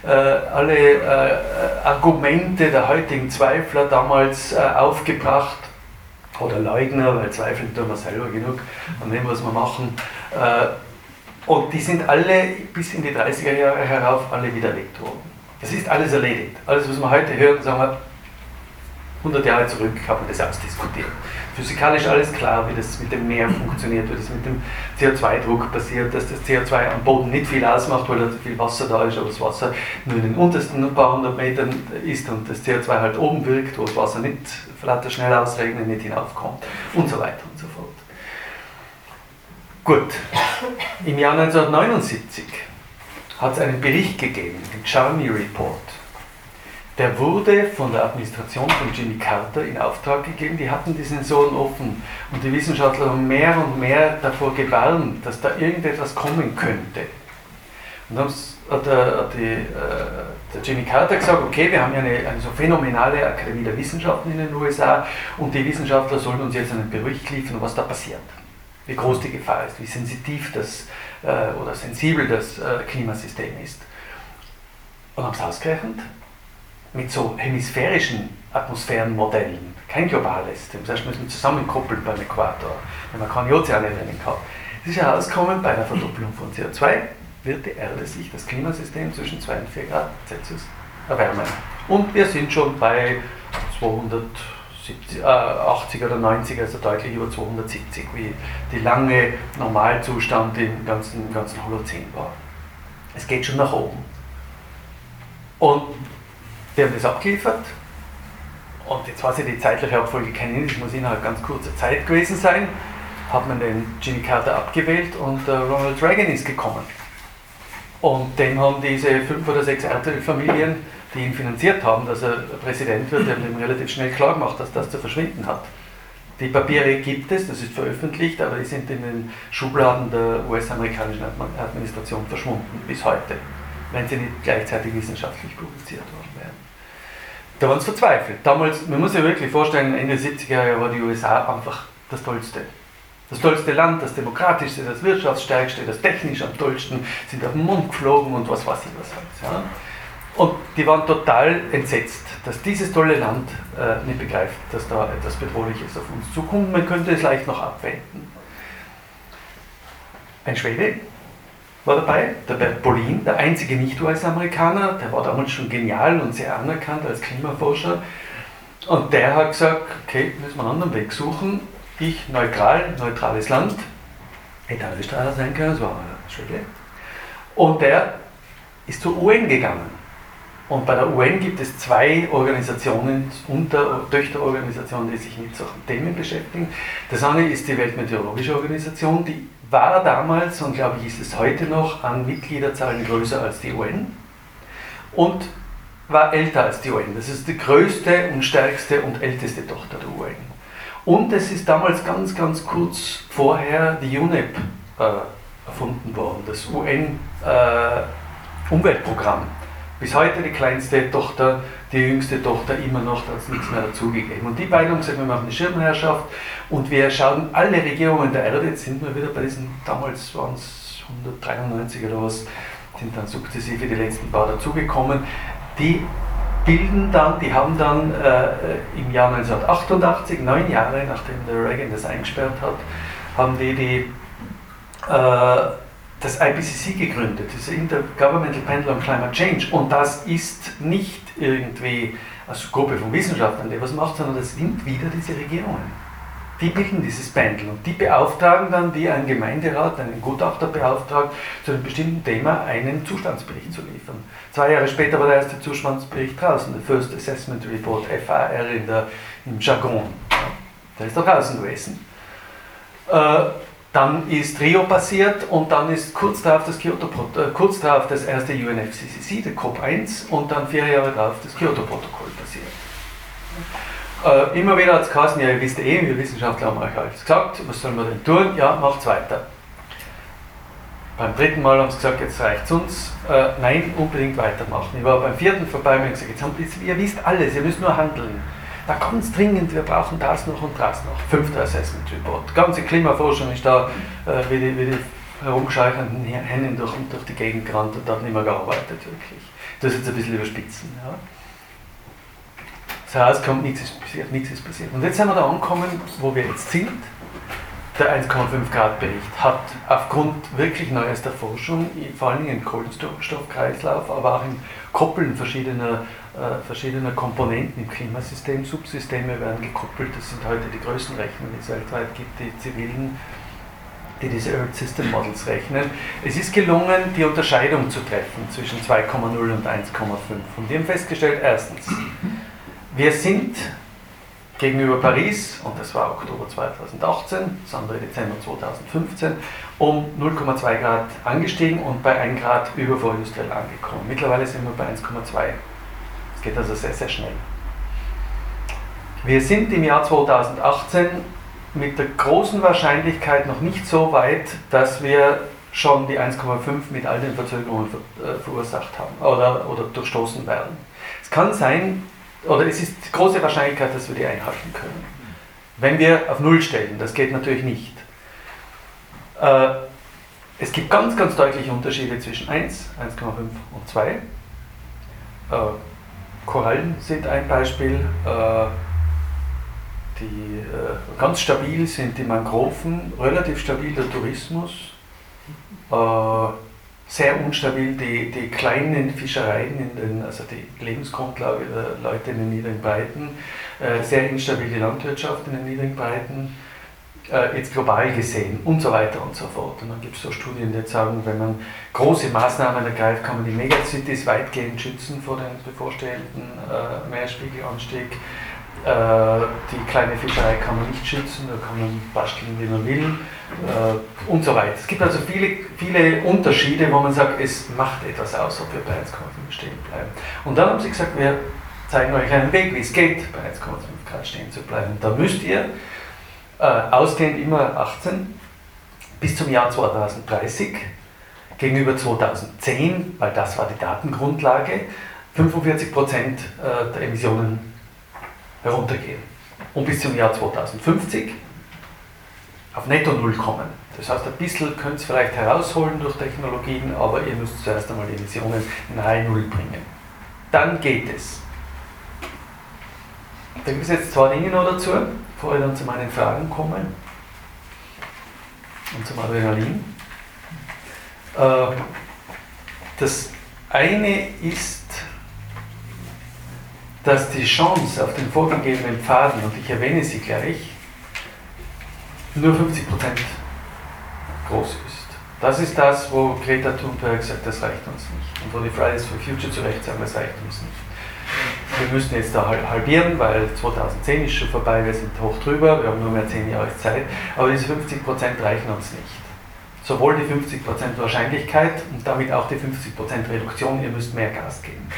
Speaker 3: Argumente der heutigen Zweifler damals aufgebracht, oder Leugner, weil zweifeln tun wir selber genug an dem, was wir machen. Und die sind alle bis in die 30er Jahre herauf alle widerlegt worden. Das ist alles erledigt. Alles, was wir heute hören, sagen wir, 100 Jahre zurück haben wir das ausdiskutiert. Physikalisch alles klar, wie das mit dem Meer funktioniert, wie das mit dem CO2-Druck passiert, dass das CO2 am Boden nicht viel ausmacht, weil da viel Wasser da ist, aber das Wasser nur in den untersten ein paar hundert Metern ist und das CO2 halt oben wirkt, wo das Wasser nicht lauter schnell ausregnet, nicht hinaufkommt und so weiter und so fort. Gut, im Jahr 1979 hat es einen Bericht gegeben, den Charney Report. Der wurde von der Administration von Jimmy Carter in Auftrag gegeben, die hatten die Sensoren offen und die Wissenschaftler haben mehr und mehr davor gewarnt, dass da irgendetwas kommen könnte. Und dann hat der Jimmy Carter gesagt, okay, wir haben ja eine so phänomenale Akademie der Wissenschaften in den USA und die Wissenschaftler sollen uns jetzt einen Bericht liefern, was da passiert. Wie groß die Gefahr ist, wie sensitiv das oder sensibel das Klimasystem ist. Und haben es ausgerechnet mit so hemisphärischen Atmosphärenmodellen, kein globales, das heißt, müssen wir zusammenkoppeln beim Äquator, wenn man keine Ozeane drinnen hat. Es ist herausgekommen, bei einer Verdopplung von CO2 wird die Erde sich, das Klimasystem, zwischen 2 und 4 Grad Celsius erwärmen. Und wir sind schon bei 260 80 oder 90, also deutlich über 270, wie die lange Normalzustand im ganzen Holozän war. Es geht schon nach oben. Und wir haben das abgeliefert. Und jetzt weiß ich die zeitliche Abfolge kennen, das muss innerhalb ganz kurzer Zeit gewesen sein. Hat man den Jimmy Carter abgewählt und Ronald Reagan ist gekommen. Und dem haben diese 5 oder 6 Erdölfamilien, die ihn finanziert haben, dass er Präsident wird, die haben ihm relativ schnell klar gemacht, dass das zu verschwinden hat. Die Papiere gibt es, das ist veröffentlicht, aber die sind in den Schubladen der US-amerikanischen Administration verschwunden, bis heute, wenn sie nicht gleichzeitig wissenschaftlich publiziert worden wären. Da waren sie verzweifelt. Damals, man muss sich wirklich vorstellen, Ende der 70er Jahre war die USA einfach das Tollste. Das tollste Land, das demokratischste, das wirtschaftsstärkste, das technisch am tollsten, sind auf den Mond geflogen und was weiß ich was alles. Ja. Und die waren total entsetzt, dass dieses tolle Land nicht begreift, dass da etwas Bedrohliches auf uns zukommt. Man könnte es leicht noch abwenden. Ein Schwede war dabei, der Bert Bolin, der einzige Nicht-US-Amerikaner, der war damals schon genial und sehr anerkannt als Klimaforscher. Und der hat gesagt, okay, müssen wir einen anderen Weg suchen. Ich, neutrales Land, hätte ein Österreicher sein können, das war ein Schwede. Und der ist zur UN gegangen. Und bei der UN gibt es 2 Organisationen, Töchterorganisationen, die sich mit solchen Themen beschäftigen. Das eine ist die Weltmeteorologische Organisation, die war damals und glaube ich ist es heute noch an Mitgliederzahlen größer als die UN und war älter als die UN. Das ist die größte und stärkste und älteste Tochter der UN. Und es ist damals ganz, ganz kurz vorher die UNEP erfunden worden, das UN-Umweltprogramm. Bis heute die kleinste Tochter, die jüngste Tochter immer noch, da hat es nichts mehr dazugegeben. Und die beiden haben gesagt, wir machen eine Schirmherrschaft und wir schauen alle Regierungen der Erde, jetzt sind wir wieder bei diesen, damals waren es 193 oder was, sind dann sukzessive die letzten paar dazugekommen, die haben dann im Jahr 1988, 9 Jahre nachdem der Reagan das eingesperrt hat, haben die das IPCC gegründet, das Intergovernmental Panel on Climate Change. Und das ist nicht irgendwie eine Gruppe von Wissenschaftlern, die was macht, sondern das sind wieder diese Regierungen. Die bilden dieses Panel und die beauftragen dann, wie ein Gemeinderat, einen Gutachter beauftragt, zu einem bestimmten Thema einen Zustandsbericht zu liefern. 2 Jahre später war der erste Zustandsbericht draußen, der First Assessment Report, FAR im Jargon. Der ist da draußen gewesen. Dann ist Rio passiert und dann ist kurz darauf das erste UNFCCC, der COP1, und dann 4 Jahre darauf das Kyoto-Protokoll passiert. Immer wieder hat es geheißen, ja, ihr wisst wir Wissenschaftler haben euch alles gesagt, was sollen wir denn tun? Ja, macht's weiter. Beim 3. Mal haben sie gesagt, jetzt reicht's uns. Nein, unbedingt weitermachen. Ich war beim 4. vorbei und habe gesagt, ihr wisst alles, ihr müsst nur handeln. Da ganz dringend, wir brauchen das noch und das noch. 5. Assessment Report. Die ganze Klimaforschung ist da wie die herumscheuchenden Hennen durch die Gegend gerannt und hat nicht mehr gearbeitet, wirklich. Das ist jetzt ein bisschen überspitzen. Ja. Das rauskommt, nichts ist passiert. Und jetzt sind wir da angekommen, wo wir jetzt sind. Der 1,5 Grad Bericht hat aufgrund wirklich neuester Forschung, vor allem im Kohlenstoffkreislauf, aber auch im Koppeln verschiedener Komponenten im Klimasystem, Subsysteme werden gekoppelt, das sind heute die größten Rechner, die es weltweit gibt, die zivilen, die diese Earth System Models rechnen. Es ist gelungen, die Unterscheidung zu treffen zwischen 2,0 und 1,5. Und wir haben festgestellt, erstens, wir sind gegenüber Paris, und das war Oktober 2018, das andere Dezember 2015, um 0,2 Grad angestiegen und bei 1 Grad übervorindustriell angekommen. Mittlerweile sind wir bei 1,2. Es geht also sehr, sehr schnell. Wir sind im Jahr 2018 mit der großen Wahrscheinlichkeit noch nicht so weit, dass wir schon die 1,5 mit all den Verzögerungen verursacht haben oder durchstoßen werden. Es kann sein, oder es ist die große Wahrscheinlichkeit, dass wir die einhalten können. Wenn wir auf Null stellen, das geht natürlich nicht. Es gibt ganz, ganz deutliche Unterschiede zwischen 1, 1,5 und 2. Korallen sind ein Beispiel. Die ganz stabil sind die Mangroven, relativ stabil der Tourismus. sehr unstabil, die kleinen Fischereien, also die Lebensgrundlage der Leute in den niedrigen Breiten, sehr instabil die Landwirtschaft in den niedrigen Breiten, jetzt global gesehen und so weiter und so fort. Und dann gibt es so Studien, die jetzt sagen, wenn man große Maßnahmen ergreift, kann man die Megacities weitgehend schützen vor dem bevorstehenden Meeresspiegelanstieg. Die kleine Fischerei kann man nicht schützen, da kann man basteln, wie man will und so weiter. Es gibt also viele Unterschiede, wo man sagt, es macht etwas aus, ob wir bei 1,5 stehen bleiben. Und dann haben sie gesagt, wir zeigen euch einen Weg, wie es geht, bei 1,5 Grad stehen zu bleiben. Da müsst ihr ausgehend immer 18 bis zum Jahr 2030 gegenüber 2010, weil das war die Datengrundlage, 45% der Emissionen heruntergehen und bis zum Jahr 2050 auf Netto Null kommen. Das heißt, ein bisschen könnt ihr vielleicht herausholen durch Technologien, aber ihr müsst zuerst einmal die Emissionen nahe Null bringen. Dann geht es. Da gibt es jetzt zwei Dinge noch dazu, bevor wir dann zu meinen Fragen kommen und zum Adrenalin. Das eine ist, dass die Chance auf den vorgegebenen Pfaden, und ich erwähne sie gleich, nur 50% groß ist. Das ist das, wo Greta Thunberg sagt, das reicht uns nicht. Und wo die Fridays for Future zu Recht sagen, das reicht uns nicht. Wir müssen jetzt da halbieren, weil 2010 ist schon vorbei, wir sind hoch drüber, wir haben nur mehr 10 Jahre Zeit, aber diese 50% reichen uns nicht. Sowohl die 50% Wahrscheinlichkeit und damit auch die 50% Reduktion, ihr müsst mehr Gas geben.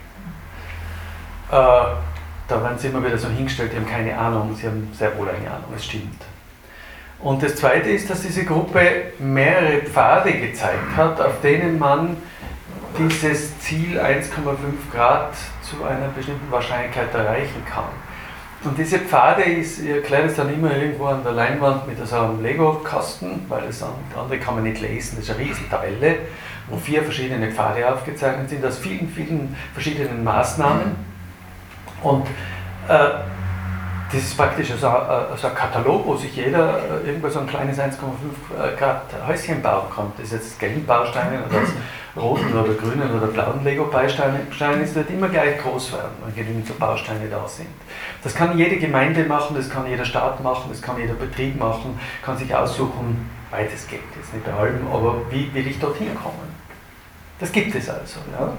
Speaker 3: Da werden sie immer wieder so hingestellt, die haben keine Ahnung, sie haben sehr wohl eine Ahnung, es stimmt. Und das Zweite ist, dass diese Gruppe mehrere Pfade gezeigt hat, auf denen man dieses Ziel 1,5 Grad zu einer bestimmten Wahrscheinlichkeit erreichen kann. Und diese Pfade ich erkläre es dann immer irgendwo an der Leinwand mit so einem Lego-Kasten, weil das andere kann man nicht lesen, das ist eine Riesentabelle, wo 4 verschiedene Pfade aufgezeichnet sind, aus vielen, vielen verschiedenen Maßnahmen. Und das ist praktisch so ein Katalog, wo sich jeder irgendwo so ein kleines 1,5 Grad Häuschen bauen kann. Das ist jetzt gelben Bausteine oder roten oder grünen oder blauen Lego-Bausteine, es wird immer gleich groß werden, wenn genügend so Bausteine da sind. Das kann jede Gemeinde machen, das kann jeder Staat machen, das kann jeder Betrieb machen, kann sich aussuchen, weitestgehend, jetzt nicht bei allem, aber wie will ich dorthin kommen? Das gibt es also. Ja?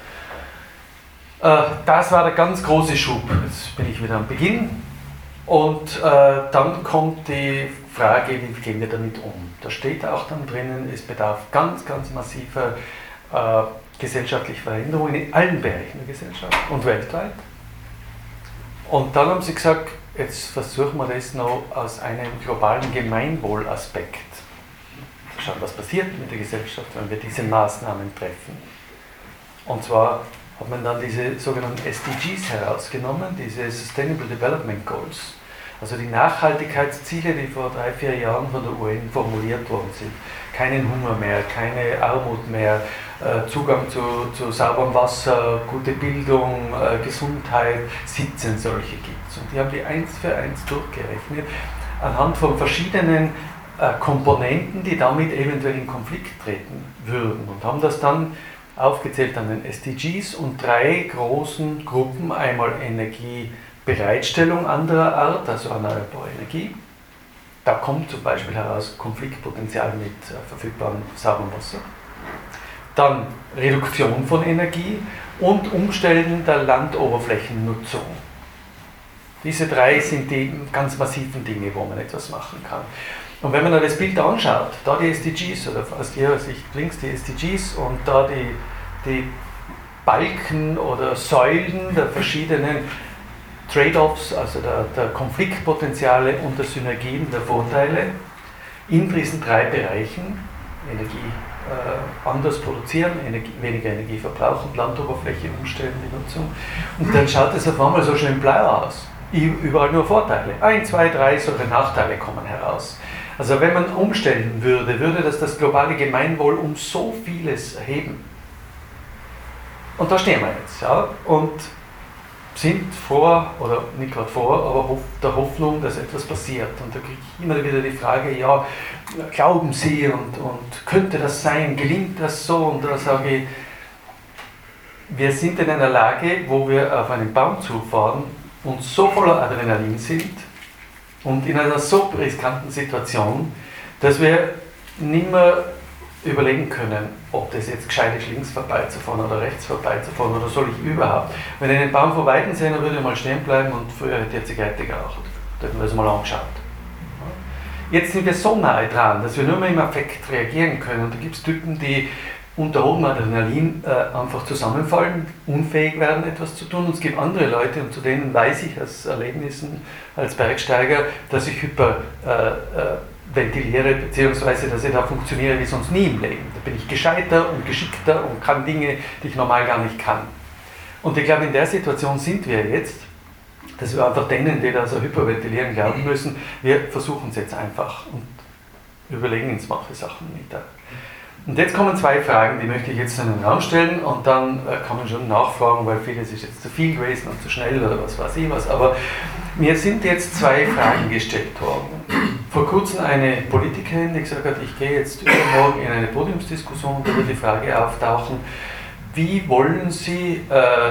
Speaker 3: Das war der ganz große Schub. Jetzt bin ich wieder am Beginn. Und dann kommt die Frage, wie gehen wir damit um? Da steht auch dann drinnen, es bedarf ganz, ganz massiver gesellschaftlicher Veränderungen in allen Bereichen der Gesellschaft und weltweit. Und dann haben sie gesagt, jetzt versuchen wir das noch aus einem globalen Gemeinwohlaspekt zu schauen, was passiert mit der Gesellschaft, wenn wir diese Maßnahmen treffen. Und zwar hat man dann diese sogenannten SDGs herausgenommen, diese Sustainable Development Goals, also die Nachhaltigkeitsziele, die vor 3-4 Jahren von der UN formuliert worden sind. Keinen Hunger mehr, keine Armut mehr, Zugang zu sauberem Wasser, gute Bildung, Gesundheit, 17 solche gibt es. Und die haben die 1 für 1 durchgerechnet, anhand von verschiedenen Komponenten, die damit eventuell in Konflikt treten würden, und haben das dann aufgezählt an den SDGs und 3 großen Gruppen, einmal Energiebereitstellung anderer Art, also erneuerbare Energie. Da kommt zum Beispiel heraus Konfliktpotenzial mit verfügbarem sauberem Wasser. Dann Reduktion von Energie und Umstellen der Landoberflächennutzung. Diese 3 sind die ganz massiven Dinge, wo man etwas machen kann. Und wenn man dann das Bild anschaut, da die SDGs, oder aus Ihrer Sicht links die SDGs und da die Balken oder Säulen der verschiedenen Trade-offs, also der Konfliktpotenziale und der Synergien, der Vorteile in diesen 3 Bereichen, Energie anders produzieren, weniger Energie verbrauchen, Landoberfläche umstellen, die Nutzung, und dann schaut es auf einmal so schön blau aus. Überall nur Vorteile. 1, 2, 3 solche Nachteile kommen heraus. Also wenn man umstellen würde, würde das globale Gemeinwohl um so vieles erheben. Und da stehen wir jetzt. Ja? Und sind vor, oder nicht gerade vor, aber der Hoffnung, dass etwas passiert. Und da kriege ich immer wieder die Frage, ja, glauben Sie und könnte das sein, gelingt das so? Und da sage ich, wir sind in einer Lage, wo wir auf einen Baum zufahren und so voller Adrenalin sind und in einer so riskanten Situation, dass wir nicht mehr überlegen können, ob das jetzt gescheit ist, links vorbeizufahren oder rechts vorbeizufahren oder soll ich überhaupt. Wenn ich einen Baum von Weitem sehe, dann würde ich mal stehen bleiben und früher hätte ich eine Zigarette geraucht. Da hätten wir es mal angeschaut. Jetzt sind wir so nahe dran, dass wir nur mehr im Affekt reagieren können. Und da gibt es Typen, die unter hohem Adrenalin einfach zusammenfallen, unfähig werden, etwas zu tun. Und es gibt andere Leute, und zu denen weiß ich aus Erlebnissen als Bergsteiger, dass ich hyperventiliere, beziehungsweise dass ich da funktioniere wie sonst nie im Leben. Da bin ich gescheiter und geschickter und kann Dinge, die ich normal gar nicht kann. Und ich glaube, in der Situation sind wir jetzt, dass wir einfach denen, die da so hyperventilieren, glauben müssen, wir versuchen es jetzt einfach und überlegen uns manche Sachen nicht. Und jetzt kommen zwei Fragen, die möchte ich jetzt in den Raum stellen und dann kann man schon nachfragen, weil vieles ist jetzt zu viel gewesen und zu schnell oder was weiß ich was, aber mir sind jetzt zwei Fragen gestellt worden. Vor kurzem eine Politikerin, die gesagt hat, ich gehe jetzt übermorgen in eine Podiumsdiskussion und da wird die Frage auftauchen, wie wollen Sie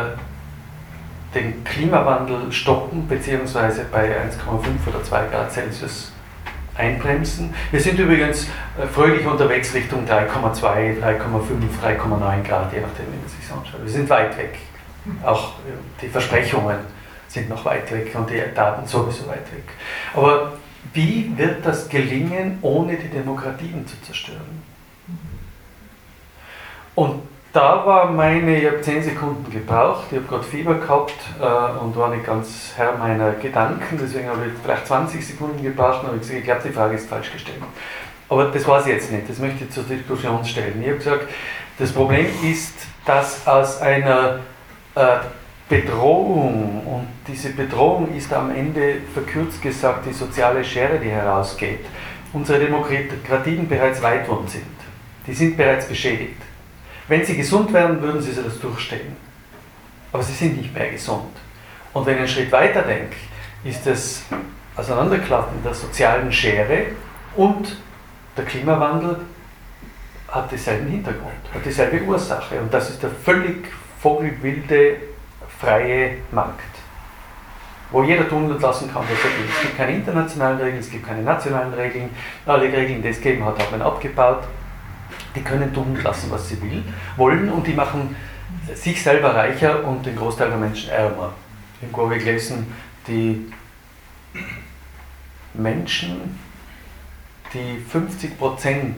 Speaker 3: den Klimawandel stoppen, beziehungsweise bei 1,5 oder 2 Grad Celsius einbremsen. Wir sind übrigens fröhlich unterwegs Richtung 3,2, 3,5, 3,9 Grad, je nachdem, wie man sich anschaut. Wir sind weit weg. Auch die Versprechungen sind noch weit weg und die Daten sowieso weit weg. Aber wie wird das gelingen, ohne die Demokratien zu zerstören? Und da war ich habe 10 Sekunden gebraucht, ich habe gerade Fieber gehabt und war nicht ganz Herr meiner Gedanken, deswegen habe ich vielleicht 20 Sekunden gebraucht und habe gesagt, ich glaube, die Frage ist falsch gestellt. Aber das war es jetzt nicht, das möchte ich zur Diskussion stellen. Ich habe gesagt, das Problem ist, dass aus einer Bedrohung, und diese Bedrohung ist am Ende verkürzt gesagt die soziale Schere, die herausgeht, unsere Demokratien bereits weitwund sind. Die sind bereits beschädigt. Wenn sie gesund wären, würden sie das durchstehen. Aber sie sind nicht mehr gesund. Und wenn ich einen Schritt weiter denke, ist das Auseinanderklappen der sozialen Schere und der Klimawandel hat denselben Hintergrund, hat dieselbe Ursache. Und das ist der völlig vogelwilde, freie Markt, wo jeder tun und lassen kann, was er will. Es gibt keine internationalen Regeln, es gibt keine nationalen Regeln. Alle Regeln, die es gegeben hat, hat man abgebaut. Die können tun und lassen, was sie wollen, und die machen sich selber reicher und den Großteil der Menschen ärmer. Irgendwo habe ich gelesen, die Menschen, die 50%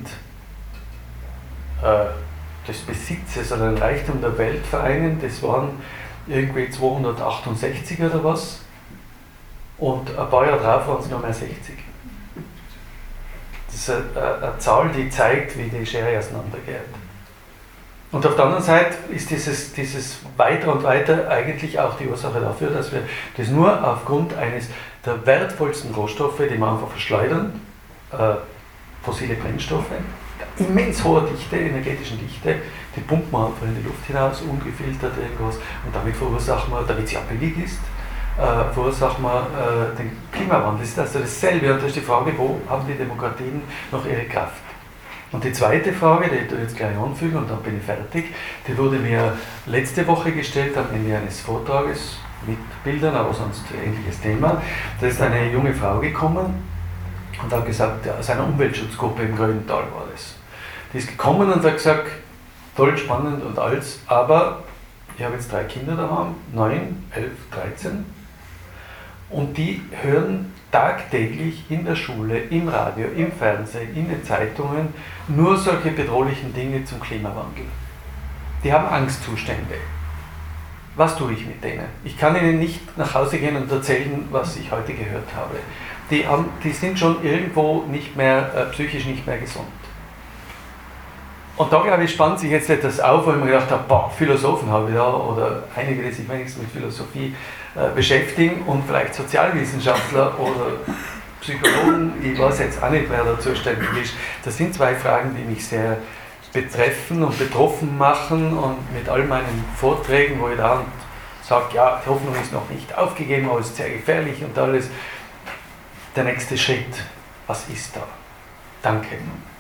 Speaker 3: des Besitzes oder den Reichtum der Welt vereinen, das waren irgendwie 268 oder was, und ein paar Jahre drauf waren es nur mehr 60. Das ist eine Zahl, die zeigt, wie die Schere auseinandergeht. Und auf der anderen Seite ist dieses weiter und weiter eigentlich auch die Ursache dafür, dass wir das nur aufgrund eines der wertvollsten Rohstoffe, die wir einfach verschleudern, fossile Brennstoffe, immens hoher Dichte, energetischen Dichte, die pumpen wir einfach in die Luft hinaus, ungefiltert irgendwas, und damit verursachen wir, damit sie ja billig ist, verursachen wir den Klimawandel. Das ist also dasselbe, und da ist die Frage, wo haben die Demokratien noch ihre Kraft? Und die zweite Frage, die ich jetzt gleich anfüge und dann bin ich fertig, die wurde mir letzte Woche gestellt am Ende eines Vortrages mit Bildern, aber sonst ein ähnliches Thema. Da ist eine junge Frau gekommen und hat gesagt, ja, aus einer Umweltschutzgruppe im Gröntal war das. Die ist gekommen und hat gesagt, toll, spannend und alles, aber ich habe jetzt 3 Kinder daheim, 9, 11, 13, und die hören tagtäglich in der Schule, im Radio, im Fernsehen, in den Zeitungen nur solche bedrohlichen Dinge zum Klimawandel. Die haben Angstzustände. Was tue ich mit denen? Ich kann ihnen nicht nach Hause gehen und erzählen, was ich heute gehört habe. Die sind schon irgendwo nicht mehr, psychisch nicht mehr gesund. Und da, glaube ich, spannt sich jetzt etwas auf, wo ich mir gedacht habe, boah, Philosophen habe ich da, oder einige, die sich wenigstens mit Philosophie beschäftigen, und vielleicht Sozialwissenschaftler oder Psychologen, ich weiß jetzt auch nicht, wer da zuständig ist. Das sind 2 Fragen, die mich sehr betreffen und betroffen machen, und mit all meinen Vorträgen, wo ich da sagt, ja, die Hoffnung ist noch nicht aufgegeben, aber es ist sehr gefährlich und alles. Der nächste Schritt, was ist da? Danke.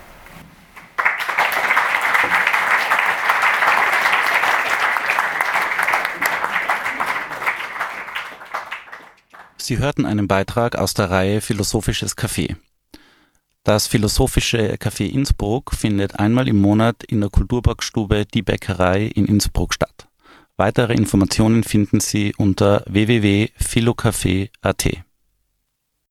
Speaker 1: Sie hörten einen Beitrag aus der Reihe Philosophisches Café. Das Philosophische Café Innsbruck findet einmal im Monat in der Kulturbackstube Die Bäckerei in Innsbruck statt. Weitere Informationen finden Sie unter www.philocafé.at.